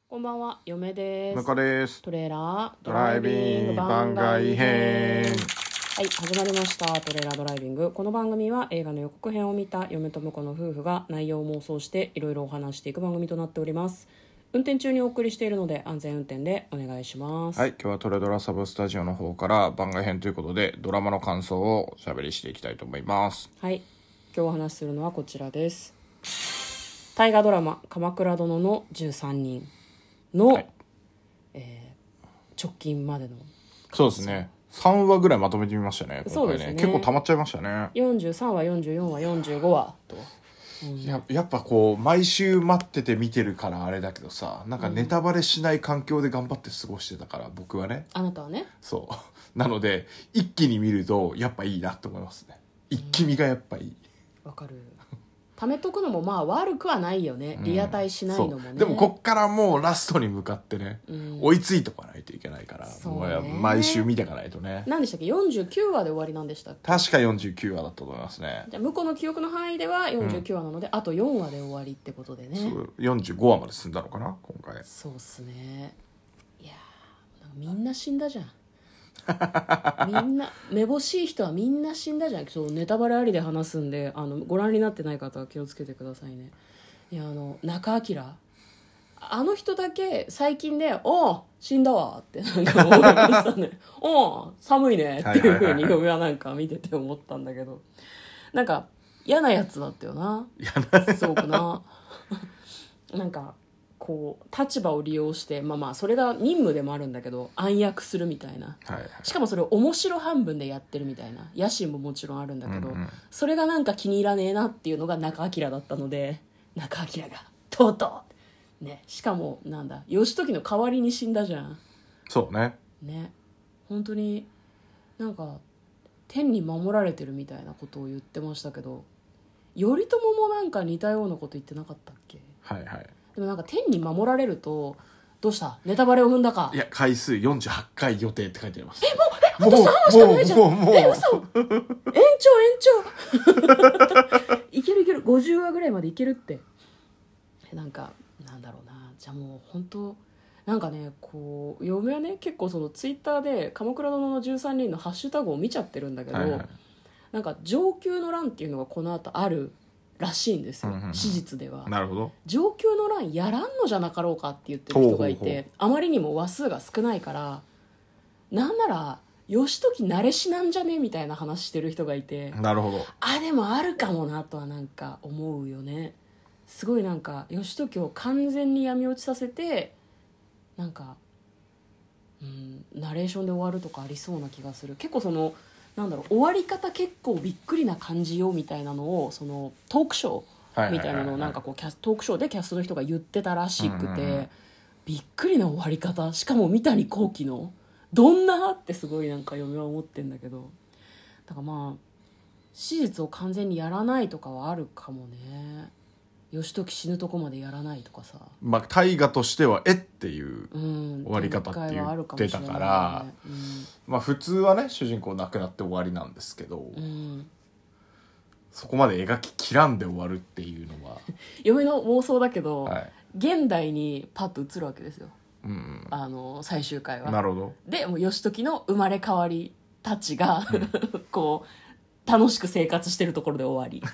こんばんは、嫁です。 向こうです。 トレーラードドライビング番外編。 はい、始まりました。トレーラードライビング。この番組は映画の予告編を見た嫁と婿の夫婦が内容を妄想していろいろお話していく番組となっております。運転中にお送りしているので安全運転でお願いします。 はい、今日はトレドラサブスタジオの方から番外編ということでドラマの感想をおしゃべりしていきたいと思います。 はい、今日お話しするのはこちらです。大河ドラマ鎌倉殿の13人の、 はい、 直近までのそうですね、3話ぐらいまとめてみましたね。 そうですね、 結構溜まっちゃいましたね。 43話44話45話と、 やっぱこう毎週待ってて見てるからあれだけどさ、なんかネタバレしない環境で頑張って過ごしてたから、僕はね。 あなたはね。 そうなので一気に見るとやっぱいいなと思いますね。一気見がやっぱいい。 わかる。貯めとくのもまあ悪くはないよね、リアタイしないのもね。 でもこっからもうラストに向かってね、追いついとかないといけないから、 そうね、 もう毎週見ていかないとね。 何でしたっけ、49話で終わりなんでしたっけ。 確か49話だったと思いますね。 じゃあ向こうの記憶の範囲では49話なので、あと4話で終わりってことでね。 そう45話まで進んだのかな今回。 そうっすね。いやー、みんな死んだじゃん。みんなめぼしい人はみんな死んだじゃん。そうネタバレありで話すんで、ご覧になってない方は気をつけてくださいね。いや、中明、あの人だけ最近で「おう死んだわ」ってなんか思いましたね。おう寒いねっていう風に嫁はなんか見てて思ったんだけど、なんか嫌なやつだったよな。すごくな。なんかこう立場を利用して、まあそれが任務でもあるんだけど暗躍するみたいな、 はいはい、 しかもそれを面白半分でやってるみたいな野心ももちろんあるんだけど、それがなんか気に入らねえなっていうのが中明だったので、中明がとうとうね、しかもなんだ義時の代わりに死んだじゃん。 そうね。 本当になんか天に守られてるみたいなことを言ってましたけど、頼朝もなんか似たようなこと言ってなかったっけ。 はいはい。 でもなんか天に守られるとどうした、ネタバレを踏んだか。 いや、回数48回予定って書いてあります。 あと3話しかないじゃん。 もう嘘。延長いけるいける、50話ぐらいまでいけるって。なんかなんだろうな。じゃあもう本当なんかね、こう嫁はね結構そのツイッターで鎌倉殿の13人のハッシュタグを見ちゃってるんだけど、はいはい、なんか上級の乱っていうのがこの後あるらしいんですよ、史実では。 なるほど。 上級の乱やらんのじゃなかろうかって言ってる人がいて、あまりにも話数が少ないからなんなら義時慣れしなんじゃねみたいな話してる人がいて、 なるほど。 でもあるかもなとはなんか思うよね。すごいなんか義時を完全に闇落ちさせてなんか、ナレーションで終わるとかありそうな気がする。結構そのなんだろう、終わり方結構びっくりな感じよみたいなのをそのトークショーみたいなのをなんかこうトークショーでキャストの人が言ってたらしくて、びっくりな終わり方、しかも三谷幸喜のどんなってすごいなんか嫁は思ってんだけど、だからまあ史実を完全にやらないとかはあるかもね。義時死ぬとこまでやらないとかさ、 まあ大河としてはっていう終わり方って言ってたから、まあ普通はね主人公亡くなって終わりなんですけど、そこまで描ききらんで終わるっていうのは嫁の妄想だけど、 はい、 現代にパッと映るわけですよ、最終回は。 なるほど。 でもう義時の生まれ変わりたちが、こう楽しく生活してるところで終わり。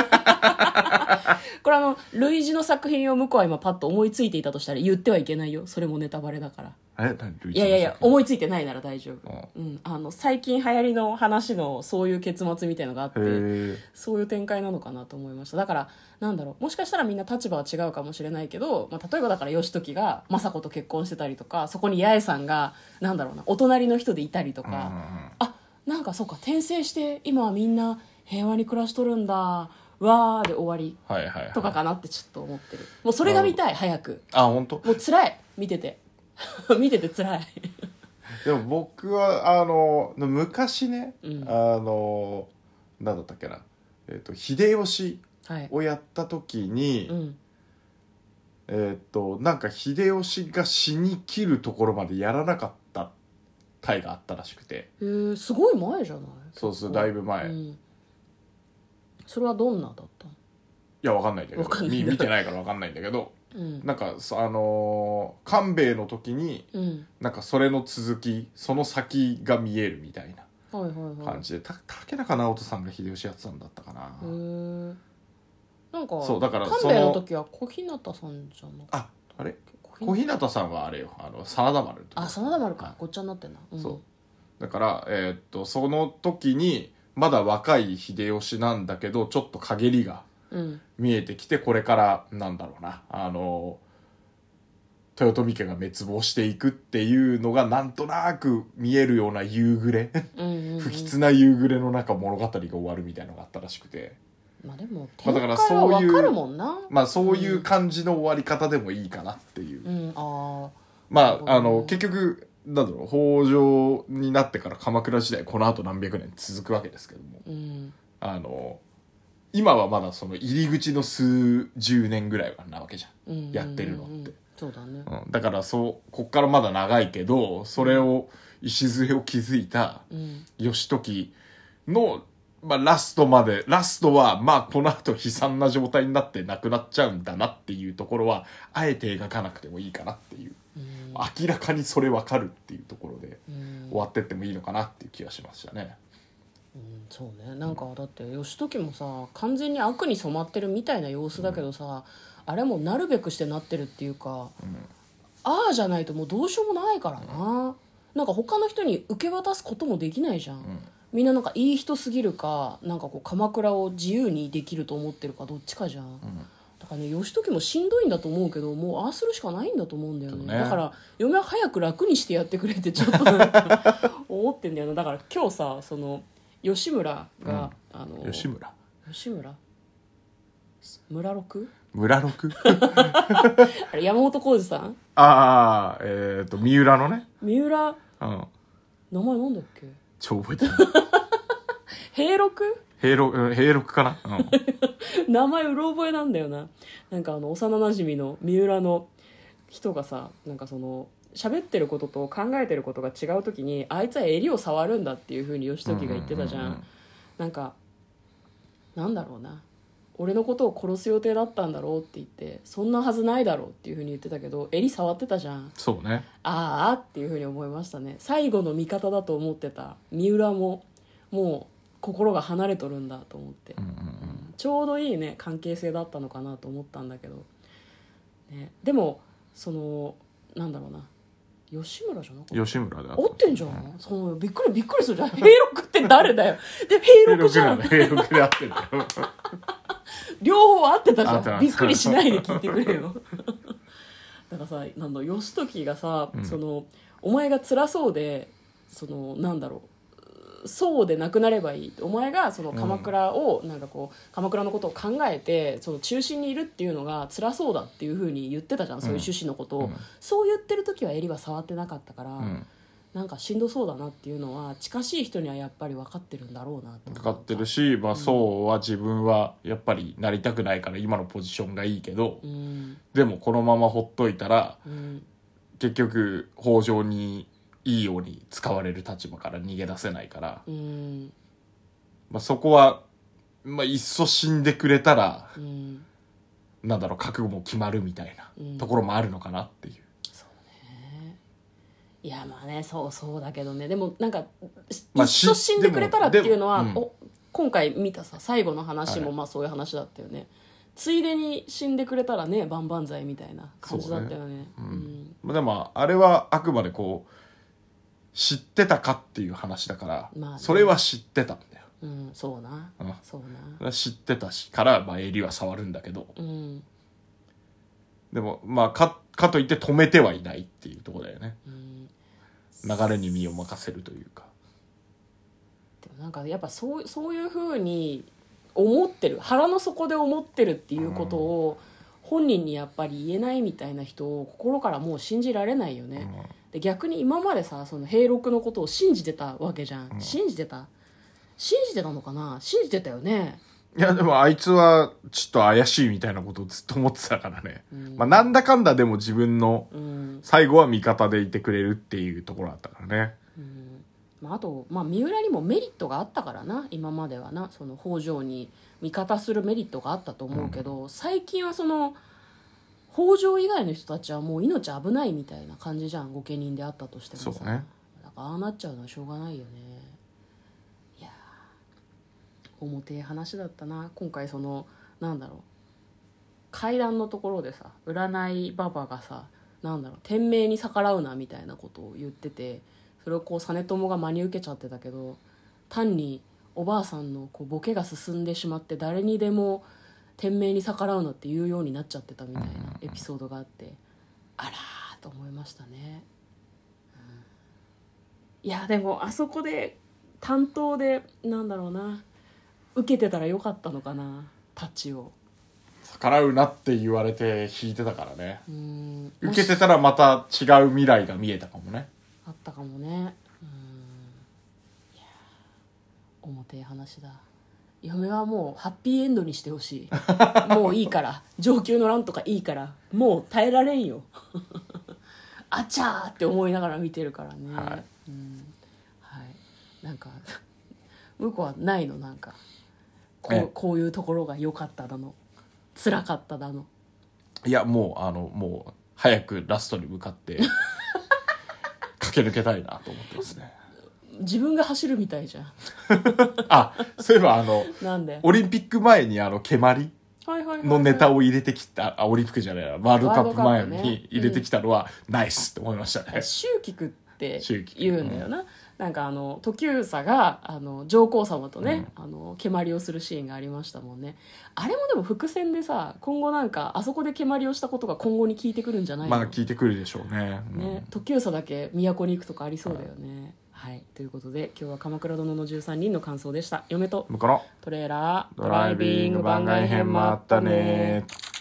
これ類似の作品を向こうは今パッと思いついていたとしたら言ってはいけないよ、それもネタバレだから。いや思いついてないなら大丈夫。最近流行りの話のそういう結末みたいのがあって、そういう展開なのかなと思いました。だからなんだろう、もしかしたらみんな立場は違うかもしれないけど、例えばだから義時が政子と結婚してたりとか、そこに八重さんがなんだろうなお隣の人でいたりとか、なんかそうか転生して今はみんな平和に暮らしとるんだわーで終わりとかかなってちょっと思ってる。もうそれが見たい、早く。 本当？ もう辛い、見てて見てて辛い。 でも僕は昔ね、なんだったっけな、秀吉をやった時に、なんか秀吉が死に切るところまでやらなかった回があったらしくて。 すごい前じゃない？ そうそう、だいぶ前。 それはどんなだったの？ いや、わかんないんだけど、見てないからわかんないんだけど、 なんか官兵衛の時に、なんかそれの続きその先が見えるみたいな感じで、竹中直人さんが秀吉やってたんだったかな。 なんかそうだから官兵衛の時は小日向さんじゃなくて、 あれ小日向さんはあれよ、真田丸の時。 真田丸か、ごっちゃになってんな、 そうだからその時にまだ若い秀吉なんだけど、ちょっと陰りが見えてきて、これからなんだろうな、豊臣家が滅亡していくっていうのがなんとなく見えるような夕暮れ不吉な夕暮れの中物語が終わるみたいなのがあったらしくて、 まあでも展開は分かるもんな。 まあそういう感じの終わり方でもいいかなっていう、まあ結局なんだろう、北条になってから鎌倉時代この後何百年続くわけですけども、今はまだその入り口の数十年ぐらいなわけじゃん、やってるのって。 そうだね、 だからこっからまだ長いけど、それを礎を築いた義時の、まあ、ラストはまあこの後悲惨な状態になってなくなっちゃうんだなっていうところはあえて描かなくてもいいかなっていう、明らかにそれ分かるっていうところで終わってってもいいのかなっていう気がしましたね。 そうね、なんかだって義時もさ完全に悪に染まってるみたいな様子だけどさ、あれもなるべくしてなってるっていうか、ああじゃないともうどうしようもないからな、なんか他の人に受け渡すこともできないじゃん、みんななんかいい人すぎるか、なんかこう鎌倉を自由にできると思ってるかどっちかじゃん、だからね義時もしんどいんだと思うけど、もうああするしかないんだと思うんだよ ね、だから嫁は早く楽にしてやってくれってちょっとなんか思ってんだよな。だから今日さその吉村が、吉村村六あれ山本浩二さん、 三浦のね、 名前なんだっけ、 超覚えてる平六平六かな、 名前うろ覚えなんだよな。なんか幼馴染の三浦の人がさ、なんかその喋ってることと考えてることが違う時にあいつは襟を触るんだっていう風に義時が言ってたじゃん、なんかなんだろうな、俺のことを殺す予定だったんだろうって言って、そんなはずないだろうっていう風に言ってたけど、襟触ってたじゃん。 そうね、 ああっていう風に思いましたね。最後の味方だと思ってた三浦ももう心が離れとるんだと思って、ちょうどいいね関係性だったのかなと思ったんだけど、ね、でもそのなんだろうな、吉村じゃなかった？ 吉村で合ってんじゃん、そうびっくりするじゃん。平六って誰だよで平六じゃん、 平六で合ってんだよ両方合ってたじゃん、びっくりしないで聞いてくれよだからさ、義時がさ、そのお前が辛そうで、そのなんだろう、そうでなくなればいい、お前がその鎌倉をなんかこう鎌倉のことを考えてその中心にいるっていうのが辛そうだっていう風に言ってたじゃん、そういう趣旨のことを、そう言ってる時は襟は触ってなかったから、なんかしんどそうだなっていうのは近しい人にはやっぱり分かってるんだろうなと分かってるし、まあ、そうは自分はやっぱりなりたくないから今のポジションがいいけど、でもこのままほっといたら、結局北条にいいように使われる立場から逃げ出せないから、まあ、そこは、まあ、いっそ死んでくれたら、なんだろう、覚悟も決まるみたいなところもあるのかなっていう。 いやまあね、そうだけどね、でもなんか、いっそ死んでくれたらっていうのは、今回見たさ最後の話もまあそういう話だったよね、ついでに死んでくれたらね万々歳みたいな感じだったよね。 でもあれはあくまでこう知ってたかっていう話だから、まあね、それは知ってたんだよ、 そうな、そうな知ってたしから、まあ、襟は触るんだけど、でもまあかといって止めてはいないっていうところだよね、流れに身を任せるというか。 でもなんかやっぱそういう風に思ってる、腹の底で思ってるっていうことを本人にやっぱり言えないみたいな人を心からもう信じられないよね、で逆に今までさその平六のことを信じてたわけじゃん、信じてたのかな、信じてたよね。 いやでもあいつはちょっと怪しいみたいなことをずっと思ってたからね、まあ、なんだかんだでも自分の最後は味方でいてくれるっていうところだったからね、 あと、まあ、三浦にもメリットがあったからな、今まではな、その北条に味方するメリットがあったと思うけど、最近はその北条以外の人たちはもう命危ないみたいな感じじゃん、御家人であったとしてもさ。 そうね。 だからああなっちゃうのはしょうがないよね。いや重てえ話だったな今回。そのなんだろう、階段のところでさ、占いババがさ、なんだろう、天命に逆らうなみたいなことを言ってて、それをこう実朝が真に受けちゃってたけど、単におばあさんのこうボケが進んでしまって誰にでも天命に逆らうなって言うようになっちゃってたみたいなエピソードがあって、あらーと思いましたね、いやでもあそこで担当でなんだろうな、受けてたらよかったのかな、タッチを。 逆らうなって言われて引いてたからね。受けてたらまた違う未来が見えたかもね。 あったかもね。いや重てえ話だ。嫁はもうハッピーエンドにしてほしい。もういいから上級の乱とかいいからもう耐えられんよ。あちゃーって思いながら見てるからね。 はい、 はい、なんか向こうはないの、なんかこういうところが良かっただの辛かっただの。 いやもう早くラストに向かって駆け抜けたいなと思ってますね。 自分が走るみたいじゃん。 あ、そういえばなんでオリンピック前に蹴鞠のネタを入れてきた、オリンピックじゃないな、ワールドカップ前に入れてきたのはナイスって思いましたね。 周菊って言うんだよな。なんか時政が上皇様とね、蹴鞠をするシーンがありましたもんね。あれもでも伏線でさ、今後なんかあそこで蹴鞠をしたことが今後に効いてくるんじゃないの。 まあ効いてくるでしょうね。 時政だけ都に行くとかありそうだよね。はい、ということで今日は鎌倉殿の13人の感想でした。嫁と向こうのトレーラードライビング番外編もあったね。